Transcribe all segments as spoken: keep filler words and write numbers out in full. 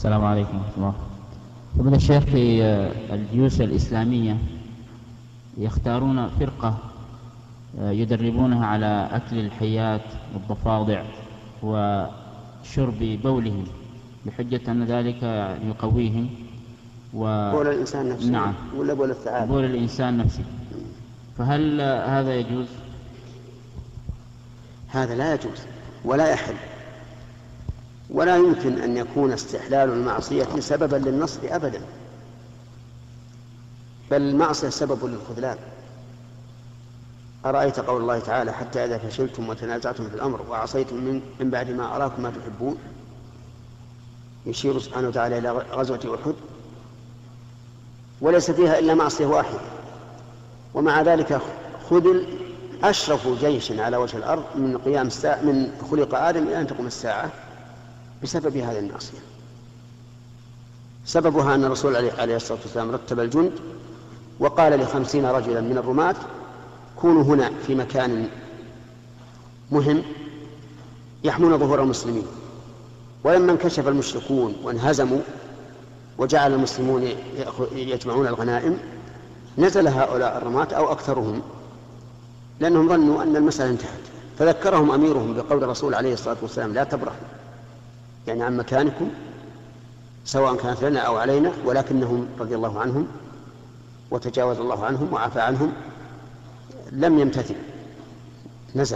السلام عليكم ورحمة الله. فضل الشيخ، في الجيوش الإسلامية يختارون فرقة يدربونها على أكل الحيات والضفادع وشرب بولهم بحجة أن ذلك يقويهم. و... بول الإنسان نفسه. نعم. ولا بول الثعالب؟ بول الإنسان نفسه. فهل هذا يجوز؟ هذا لا يجوز ولا يحل، ولا يمكن أن يكون استحلال المعصية سببا للنصر أبدا، بل المعصية سبب للخذلان. أرأيت قول الله تعالى: حتى إذا فشلتم وتنازعتم في الأمر وعصيتم من, من بعد ما أراكم ما تحبون. يشير سبحانه وتعالى إلى غزوة أحد، وليس فيها إلا معصية واحدة، ومع ذلك خذل أشرف جيش على وجه الأرض من قيام الساعة، من خلق آدم إلى أن تقوم الساعة، بسبب هذه المعصية. سببها أن الرسول عليه الصلاة والسلام رتب الجند وقال لخمسين رجلا من الرماة: كونوا هنا في مكان مهم يحمون ظهور المسلمين. ولما انكشف المشركون وانهزموا وجعل المسلمون يجمعون الغنائم، نزل هؤلاء الرماة أو أكثرهم، لأنهم ظنوا أن المسألة انتهت. فذكرهم أميرهم بقول الرسول عليه الصلاة والسلام: لا تبرحوا، يعني عن مكانكم، سواء كانت لنا أو علينا. ولكنهم رضي الله عنهم وتجاوز الله عنهم وعفى عنهم لم يمتثل، نزل،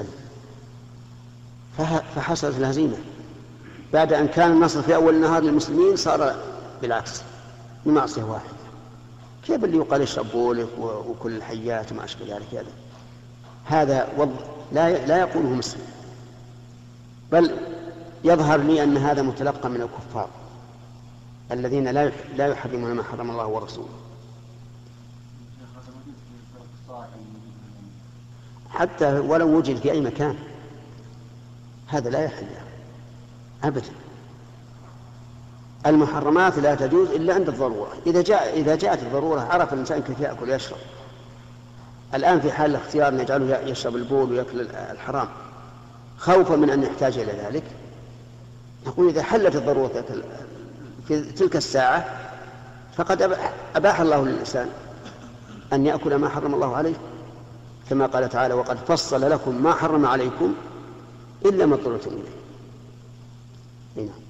فحصلت الهزيمة. بعد أن كان النصر في أول النهار للمسلمين صار بالعكس بمعصية واحدة. كيف اللي يقال اشرب بولك وكل الحيات وما أشبه ذلك؟ هذا هذا وضع لا لا يقوله مسلم، بل يظهر لي أن هذا متلقى من الكفار الذين لا لا يحرمون ما حرم الله ورسوله. حتى ولو وجد في أي مكان هذا لا يحل أبدا. المحرمات لا تجوز إلا عند الضرورة. إذا جاء إذا جاءت الضرورة عرف الإنسان كيف يأكل ويشرب. الآن في حال الاختيار نجعله يشرب البول ويأكل الحرام خوفا من أن يحتاج إلى ذلك، نقول إذا حلت الضرورة في تلك الساعة فقد أباح الله للإنسان أن يأكل ما حرم الله عليه، كما قال تعالى: وقد فصل لكم ما حرم عليكم إلا ما اضطررتم إليه.